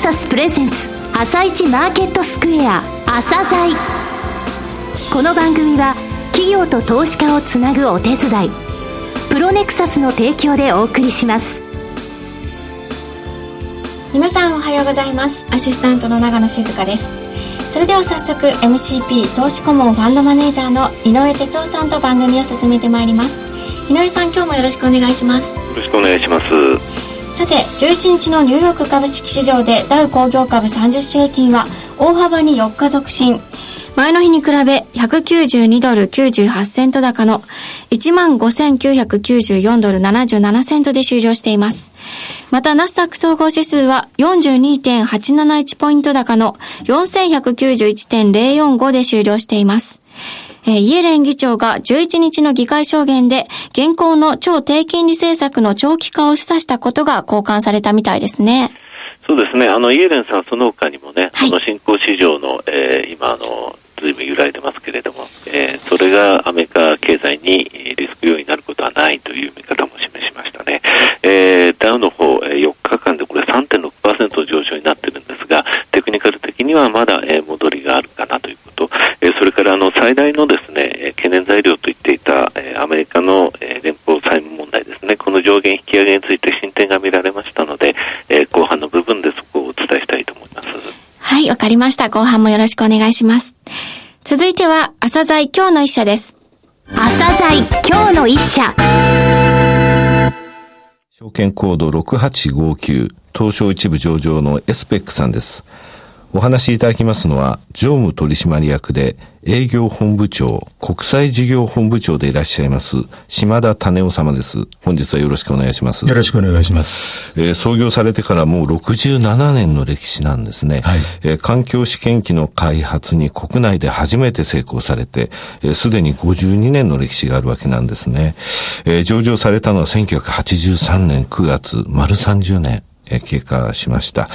サスプレゼンツ朝市マーケットスクエア朝鮮。この番組は企業と投資家をつなぐお手伝いプロネクサスの提供でお送りします。 皆さんおはようございます。アシスタントの長野静香です。それでは早速 MCP 投資顧問ファンドマネージャーの井上哲夫さんと番組を進めてまいります。井上さん、今日もよろしくお願いします。 よろしくお願いします。 さて、11日のニューヨーク株式市場でダウ工業株30種平均は大幅に4日続伸、前の日に比べ192ドル98セント高の 15,994 ドル77セントで終了しています。またナスダック総合指数は 42.871 ポイント高の 4191.045 で終了しています。イエレン議長が11日の議会証言で現行の超低金利政策の長期化を示唆したことが好感されたみたいですね。 そうですね。イエレンさんその他にもね、はい、新興市場の、今随分揺らいでますけれども、それがアメリカ経済にリスク要因になることはないという見方も示しましたね。ダウの方、4日間でこれ 3.6% 上昇になってるんですが、テクニカル的にはまだ、戻りがあるかなということ、それから最大のですね、懸念材料と言っていた、アメリカの、連邦債務問題ですね、この上限引き上げについて進展が見られましたので、後半の部分でそこをお伝えしたいと思います。 はい、わかりました。後半もよろしくお願いします。続いては朝鮮今日の一社です。 朝鮮今日の一社。 証券コード6859東証一部上場のエスペックさんです。お話しいただきますのは常務取締役で営業本部長、国際事業本部長でいらっしゃいます島田種夫様です。本日はよろしくお願いします。 よろしくお願いします。 創業されてからもう67年の歴史なんですね。はい。環境試験機の開発に国内で初めて成功されて、すでに52年の歴史があるわけなんですね。上場されたのは1983年9月、丸30年。経過しました、はい。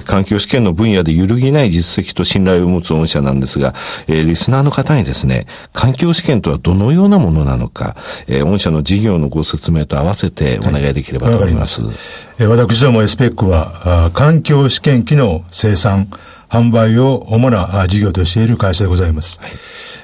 環境試験の分野で揺るぎない実績と信頼を持つ御社なんですが、リスナーの方にですね、環境試験とはどのようなものなのか、御社の事業のご説明と合わせてお願いできればと思います。 私どもエスペックは、環境試験機の生産、販売を主な事業としている会社でございます。はい、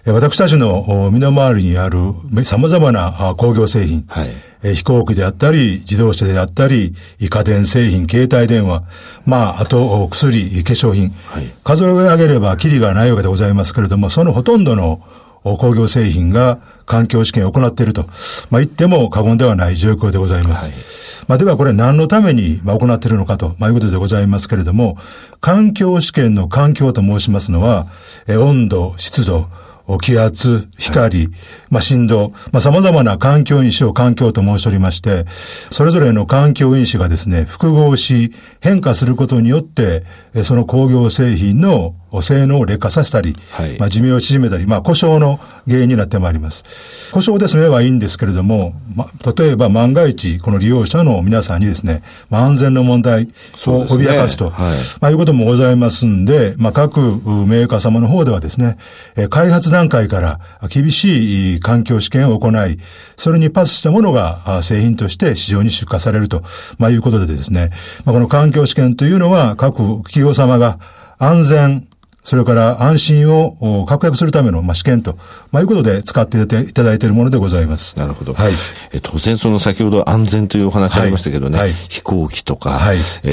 私たちの身の回りにある様々な工業製品、はい、飛行機であったり、自動車であったり、家電製品、携帯電話、あと薬、化粧品、はい、数え上げればキリがないわけでございますけれども、そのほとんどの工業製品が環境試験を行っていると、言っても過言ではない状況でございます。はい、ではこれ何のために行っているのかということでございますけれども、環境試験の環境と申しますのは、温度、湿度、気圧、光、振動、様々な環境因子を環境と申しておりまして、それぞれの環境因子がですね、複合し変化することによって、その工業製品の性能を劣化させたり、はい、寿命を縮めたり、故障の原因になってまいります。故障で済めばいいんですけれども、例えば万が一、この利用者の皆さんにですね、安全の問題を脅かすと、はい、いうこともございますんで、各メーカー様の方ではですね、開発段階から厳しい環境試験を行い、それにパスしたものが製品として市場に出荷されると、いうことでですね、この環境試験というのは各企業様が安全、それから安心を確約するための試験と、いうことで使っていただいているものでございます。 なるほど。はい。当然先ほど安全というお話ありましたけどね、はい、飛行機とか、はい、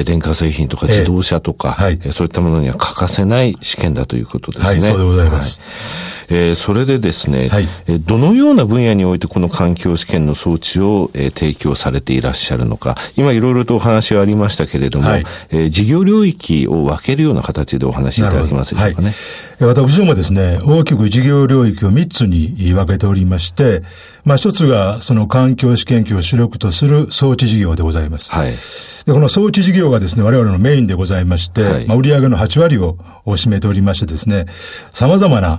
電化製品とか自動車とか、そういったものには欠かせない試験だということですね。はい、 そうでございます。 それでですね、はい、どのような分野においてこの環境試験の装置を、提供されていらっしゃるのか、今いろいろとお話はありましたけれども、はい、事業領域を分けるような形でお話しいただけますでしょうかね。 はい、私どもですね、大きく事業領域を3つに分けておりまして、一つがその環境試験機を主力とする装置事業でございます。はい、でこの装置事業がですね、我々のメインでございまして、はい、売上の8割を占めておりましてですね、様々な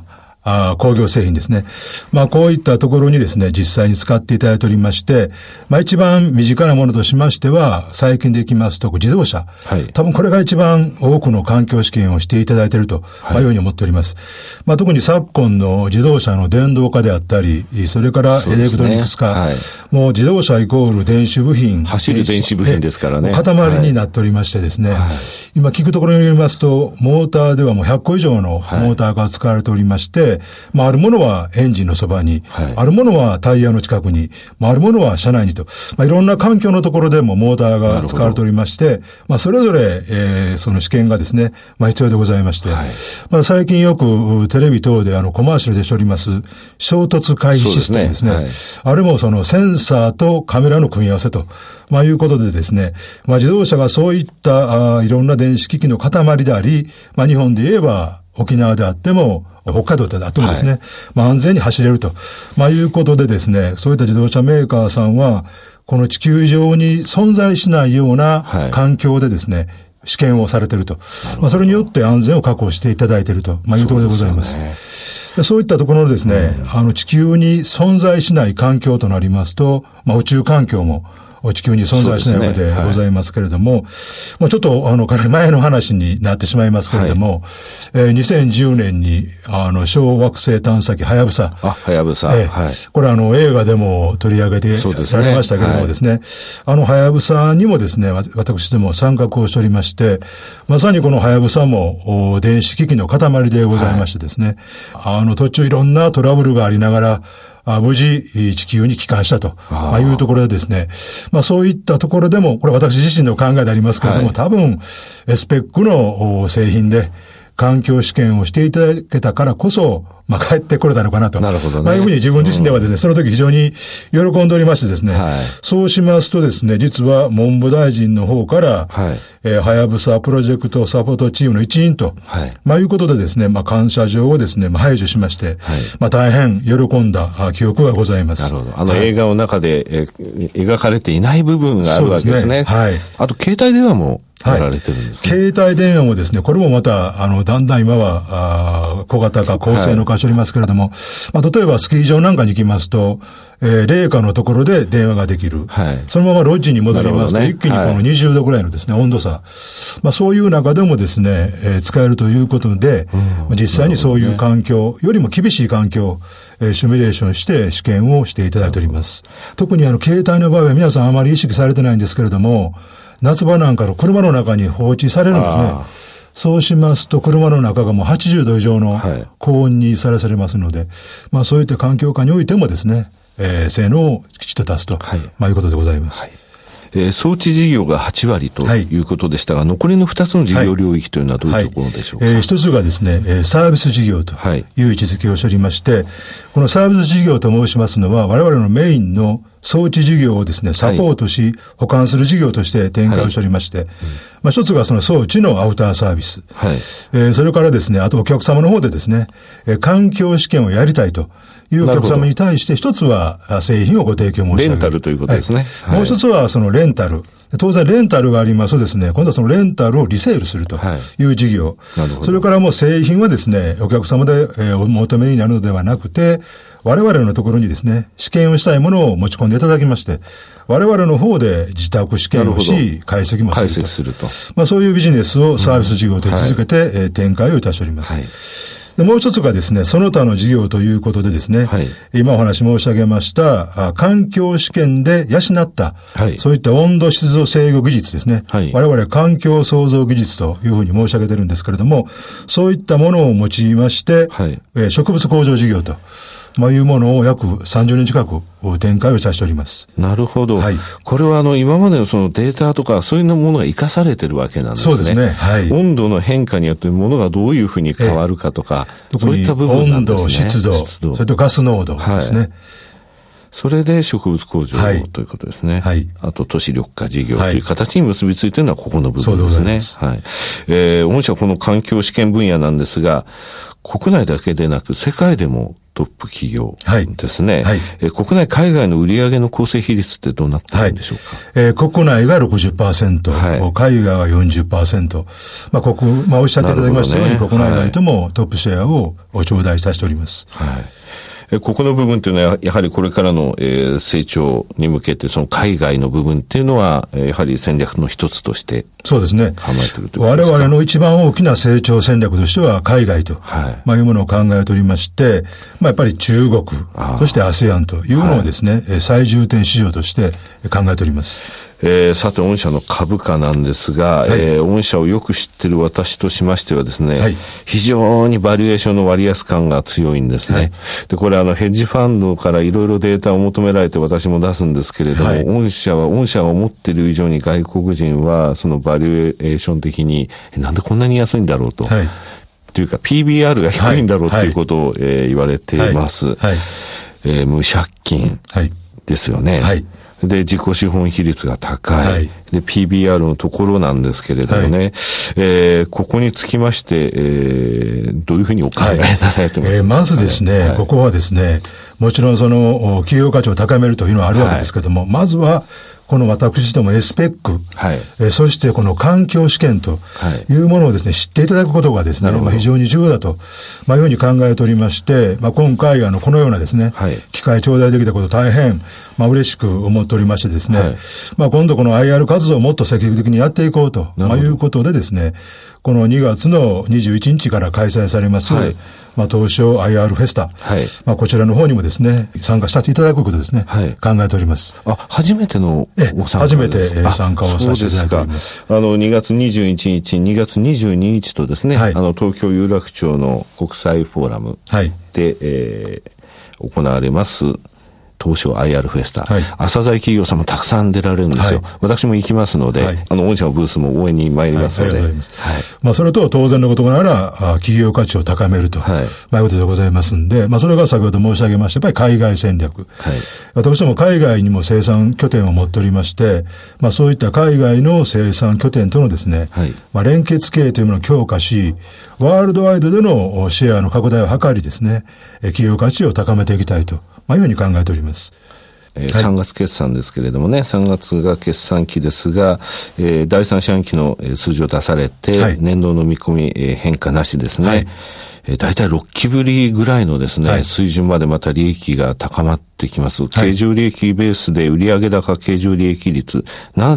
工業製品ですね。こういったところにですね、実際に使っていただいておりまして、一番身近なものとしましては、最近でいきますと、自動車。多分これが一番多くの環境試験をしていただいていると、いうふうに思っております。特に昨今の自動車の電動化であったり、それからエレクトロニクス化、もう自動車イコール電子部品。 走る電子部品ですからね。 塊になっておりましてですね、今聞くところによりますと、モーターではもう100個以上のモーターが使われておりまして、あるものはエンジンのそばに、あるものはタイヤの近くに、あるものは車内にと、いろんな環境のところでもモーターが使われておりまして、それぞれ、その試験がですね、必要でございまして、最近よくテレビ等でコマーシャルでしております衝突回避システムですね。あれもそのセンサーとカメラの組み合わせと、いうことでですね、自動車がそういったいろんな電子機器の塊であり、日本で言えば沖縄であっても、北海道であってもですね、安全に走れると、いうことでですね、そういった自動車メーカーさんは、この地球上に存在しないような環境でですね、試験をされていると。それによって安全を確保していただいていると、いうところでございます。そういったところですね、地球に存在しない環境となりますと、宇宙環境も、地球に存在しないわけでございますけれども、ちょっと、かなり前の話になってしまいますけれども、2010年に、小惑星探査機はやぶさ。 はやぶさ。 これ映画でも取り上げてられましたけれどもですね、はやぶさにもですね、私ども参画をしておりまして、まさにこのはやぶさも、電子機器の塊でございましてですね、途中いろんなトラブルがありながら、無事、地球に帰還したというところでですね、そういったところでも、これ私自身の考えでありますけれども、多分、スペックの製品で、環境試験をしていただけたからこそ、帰ってこれたのかなと。 なるほどね。 いうふうに自分自身ではですね、その時非常に喜んでおりましてですね、そうしますとですね、実は文部大臣の方から、はやぶさプロジェクトサポートチームの一員と、いうことでですね、感謝状をですね、排除しまして、大変喜んだ記憶がございます。 なるほど。映画の中で、描かれていない部分があるわけですね。あと、携帯電話も、やられてるんですね。 携帯電話もですね、これもまた、だんだん今は、小型化、高性能化しておりますけれども、例えばスキー場なんかに行きますと、零下のところで電話ができる。そのままロッジに戻りますと、一気にこの20度ぐらいのですね、温度差。そういう中でもですね、使えるということで、実際にそういう環境、よりも厳しい環境、シミュレーションして試験をしていただいております。特に携帯の場合は皆さんあまり意識されてないんですけれども、夏場なんかの車の中に放置されるんですね。そうしますと車の中がもう80度以上の高温にさらされますので、そういった環境下においてもですね、性能をきちっと出すと、いうことでございます。 装置事業が8割ということでしたが、残りの2つの事業領域というのはどういうところでしょうか。 一つがですね、サービス事業という位置づけをしておりまして、このサービス事業と申しますのは、我々のメインの装置事業をですね、サポートし、保管する事業として展開をしておりまして、一つがその装置のアウターサービス。それからですね、あとお客様の方でですね、環境試験をやりたいというお客様に対して、一つは製品をご提供申し上げる。 レンタルということですね。 もう一つはそのレンタル。当然レンタルがありますとですね、今度はそのレンタルをリセールするという事業。それからもう製品はですね、お客様でお求めになるのではなくて、我々のところにですね、試験をしたいものを持ち込んでいただきまして、我々の方で自宅試験をし、解析もすると。そういうビジネスをサービス事業と位置づけて、展開をいたしております。で、もう一つがですね、その他の事業ということでですね、今お話申し上げました、環境試験で養った、そういった温度湿度制御技術ですね、我々環境創造技術というふうに申し上げてるんですけれども、そういったものを用いまして、植物工場事業と、いうものを約30年近く展開をさせております。 なるほど。これは今までのそのデータとかそういうものが生かされてるわけなんですね。 そうですね。 温度の変化によって物がどういうふうに変わるかとか、そういった部分なんですね。 温度、湿度、それとガス濃度ですね。 それで植物工場ということですね。はい。あと都市緑化事業という形に結びついているのはここの部分ですね。そうでございます。はい。御社はこの環境試験分野なんですが、国内だけでなく世界でもトップ企業ですね。はいはい、国内海外の売上の構成比率ってどうなっているんでしょうか。 国内が 60%、はい、海外が 40%、おっしゃっていただきましたように、国内外ともトップシェアを頂戴させております。はい。 ここの部分というのは、やはりこれからの成長に向けて、その海外の部分っていうのは、やはり戦略の一つとして、 そうですね。 考えているということですか。 我々の一番大きな成長戦略としては、海外と、いうものを考えておりまして、やっぱり中国、そして ASEAN というのをですね、最重点市場として考えております。 さて、御社の株価なんですが、御社をよく知っている私としましてはですね、非常にバリエーションの割安感が強いんですね。で、これヘッジファンドからいろいろデータを求められて私も出すんですけれども、御社が思っている以上に外国人は、そのバリエーション的に、なんでこんなに安いんだろうと。というか、PBR が低いんだろうということを、言われています。無借金ですよね。で、自己資本比率が高い。で、PBR のところなんですけれどもね、ここにつきまして、どういうふうにお考えになられてますか。 まずですね、ここはですね、もちろんその企業価値を高めるというのはあるわけですけども、まずは、この私どもエスペック、そしてこの環境試験というものをですね、知っていただくことがですね、非常に重要だと、いうふうに考えておりまして、今回このようなですね、機会頂戴できたこと大変、嬉しく思っておりましてですね、今度この IR 活動をもっと積極的にやっていこうと、いうことでですね、この2月の21日から開催されます、東証 IR フェスタ、こちらの方にもですね、参加させていただくことですね、考えております。 初めてのご参加ですか。 初めて参加をさせていただいております。 2月21日、2月22日とですね、東京有楽町の国際フォーラムで、行われます、東証 IR フェスタ、朝鮮企業さんもたくさん出られるんですよ。私も行きますので、御社のブースも応援に参りますので。 ありがとうございます。それと当然のことながら、企業価値を高めると、いうことでございますんで、それが先ほど申し上げました、やっぱり海外戦略。私ども海外にも生産拠点を持っておりまして、そういった海外の生産拠点とのですね、連結経営というものを強化し、ワールドワイドでのシェアの拡大を図りですね、企業価値を高めていきたいと。いうふうに考えております。 3月決算ですけれどもね、3月が決算期ですが、第3四半期の数字を出されて、年度の見込み、変化なしですね。大体6期ぶりぐらいのですね、水準までまた利益が高まってきます。経常利益ベースで売上高経常利益率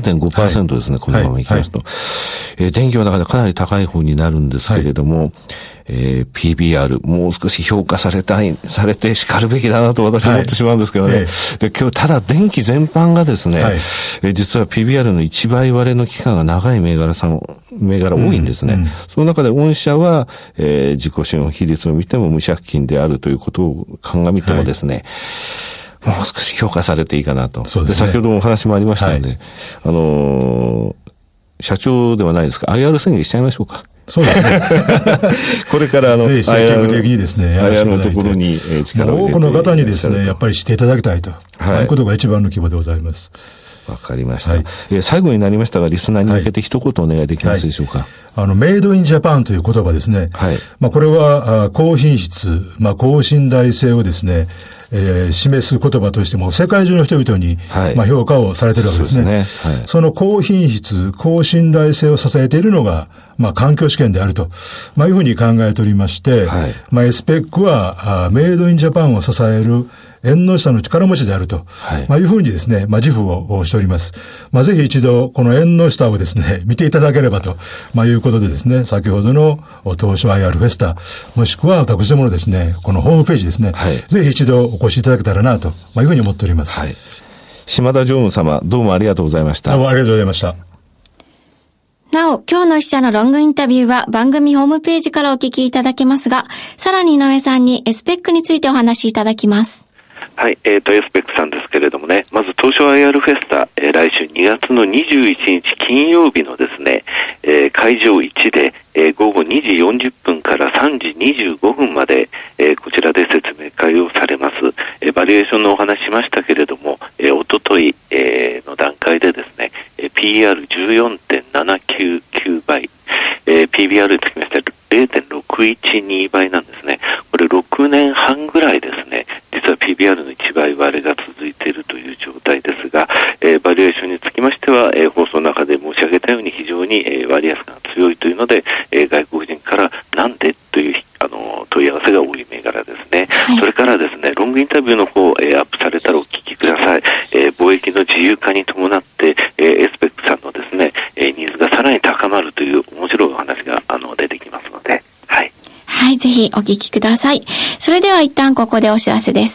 7.5% ですね、このままいきますと。電気の中でかなり高い方になるんですけれども、PBR、もう少し評価されて叱るべきだなと私は思ってしまうんですけどね。で、今日、ただ電気全般がですね、実は PBR の1倍割れの期間が長い銘柄多いんですね。その中で御社は、自己資本比率を見ても無借金であるということを鑑みてもですね、もう少し評価されていいかなと。で、先ほどもお話もありましたので、社長ではないですか、IR 宣言しちゃいましょうか。 そうですね。 これからぜひ積極的にですね、 IR のところに力を入れて多くの方にですね、やっぱりしていただきたいと。いうことが一番の規模でございます。 わかりました。最後になりましたが、リスナーに向けて一言お願いできますでしょうか。 メイドインジャパンという言葉ですね。これは、高品質、高信頼性をですね、示す言葉としても世界中の人々に、評価をされているわけですね。その高品質、高信頼性を支えているのが、環境試験であると、いうふうに考えておりまして、エスペックは、メイドインジャパンを支える縁の下の力持ちであると、いうふうにですね、自負をしております。ぜひ一度、この縁の下をですね、見ていただければと、いうことでですね、先ほどの東証 IR フェスタ、もしくは私どものですね、このホームページですね、ぜひ一度お越しいただけたらなと、いうふうに思っております。 島田常務様、どうもありがとうございました。 どうもありがとうございました。 なお、今日の記者のロングインタビューは番組ホームページからお聞きいただけますが、さらに井上さんにエスペックについてお話しいただきます。 はい、エスペックさんですけれどもね、まず東証 IR フェスタ、来週2月の21日金曜日のですね、会場1で、午後2時40分から3時25分まで、こちらで説明会をされます。 バリエーションのお話しましたけれども、おととい、の段階でですね、PR14.799 倍、PBR につきましては 0.612 倍なんですね。これ6年半ぐらいですね、実は PBR の1倍割れが続いているという状態ですが、バリエーションにつきましては、放送の中で申し上げたように非常に、割安が強いというので、外国人からなんでという問い合わせが多い銘柄ですね。はい、それからですね、ロングインタビューの方、アップされたらお聞きください。貿易の自由化に伴って、エスペックさんのですね、ニーズがさらに高まるという面白いお話が出てきますので、はい。 はい、ぜひお聞きください。それでは一旦ここでお知らせです。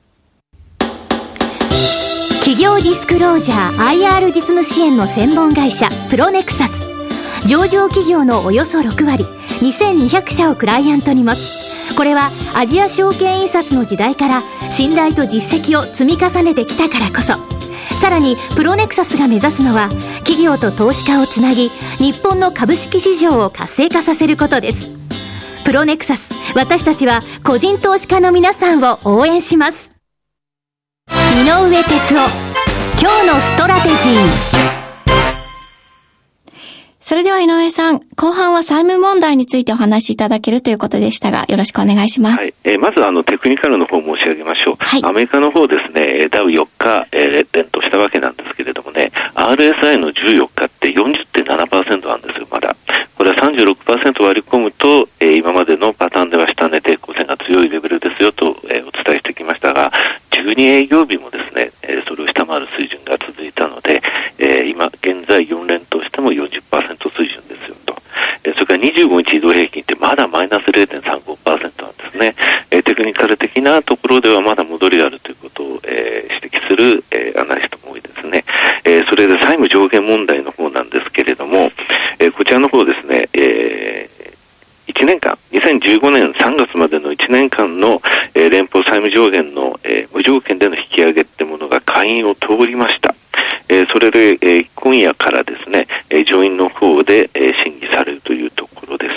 企業ディスクロージャー IR 実務支援の専門会社プロネクサス。上場企業のおよそ6割、2200社をクライアントに持つ。これはアジア証券印刷の時代から信頼と実績を積み重ねてきたからこそ。さらにプロネクサスが目指すのは企業と投資家をつなぎ、日本の株式市場を活性化させることです。プロネクサス、私たちは個人投資家の皆さんを応援します。井上哲夫、今日のストラテジー。 それでは井上さん、後半は債務問題についてお話しいただけるということでしたが、よろしくお願いします。 はい、まずテクニカルの方申し上げましょう。 はい、 アメリカの方ですね、ダウ4日、連投したわけなんですけれどもね、RSI の14日って 40.7% なんですよ、まだ。これは 36% 割り込むと、今までのパターンでは下値抵抗線が強いレベルですよと、お伝えしてきましたが、12営業日もですね、それを下回る水準が続いたので、今現在4連投しても 40% 水準ですよと。それから25日移動平均ってまだマイナス 0.35% なんですね。テクニカル的なところではまだ戻りがあるということを、指摘する、アナリストも多いですね。それで債務上限問題の方なんですけれども、こちらの方ですね、1年間、2015年3月までの1年間の、連邦債務上限の、無条件での引き上げってものが下院を通りました。それで、今夜からですね、上院の方で、審議されるというところです。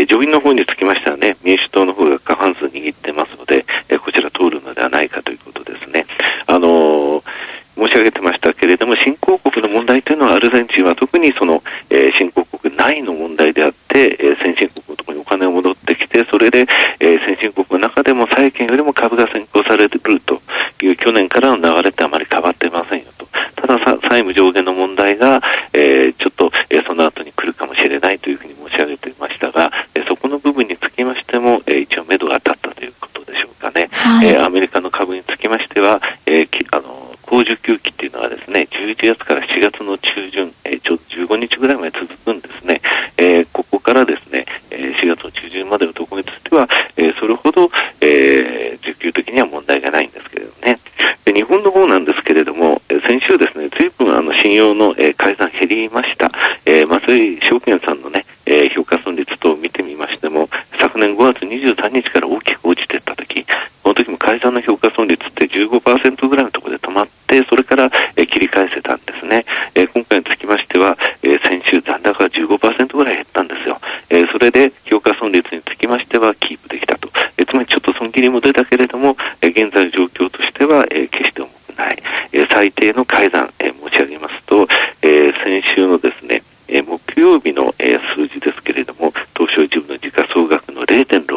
上院の方につきましてはね、民主党の方が過半数握ってますので、こちら通るのではないかということですね。申し上げてましたけれども、新興国の問題というのはアルゼンチンは特にその、新興国内の問題であって、先進国のところにお金を戻ってきて、それで、先進国の中でも債券よりも株が先行されてくるという去年からの流れってあまり変わっていませんよと。ただ債務上限の問題が、ちょっと、その後に来るかもしれないというふうに申し上げていましたが、そこの部分につきましても、一応目処が立ったということでしょうかね。はい、アメリカの株につきましては、高需給期っていうのはですね、11月から7月の中旬、ちょうど15日ぐらいまで続くんですね。ここからですね、4月の中旬までのところについては、それほど、需給的には問題がないんですけれどね。で、日本の方なんですけれども、先週ですね、随分信用の、改ざん減りました。松井証券さんのね、評価損率等を見てみましても、昨年5月23日から大きく落ちていったとき、この時も改ざんの評価損率って 15% ぐらいのところで止まって、それから、切り返せたんですね。今回につきましては、先週残高が 15% ぐらい減ったんですよ。それで評価損率につきましてはキープできたと。つまりちょっと損切りも出たけれども、現在の状況としては、決して重くない。最低の改ざん、申し上げますと、先週のですね、木曜日の、数字ですけれども、東証一部の時価総額の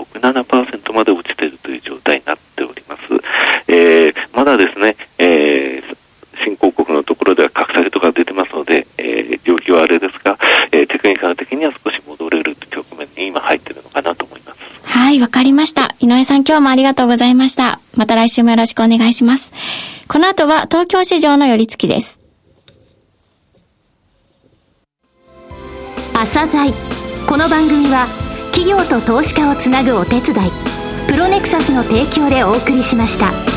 0.67% まで落ちているという状態になっております。まだですね、新興国のところでは格下げとか出てますので、状況はあれですが、テクニカル的には少し戻れる局面に今入っているのかなと思います。 はい、わかりました。井上さん、今日もありがとうございました。また来週もよろしくお願いします。この後は東京市場の寄り付きです。 朝鮮。この番組は企業と投資家をつなぐお手伝い、プロネクサスの提供でお送りしました。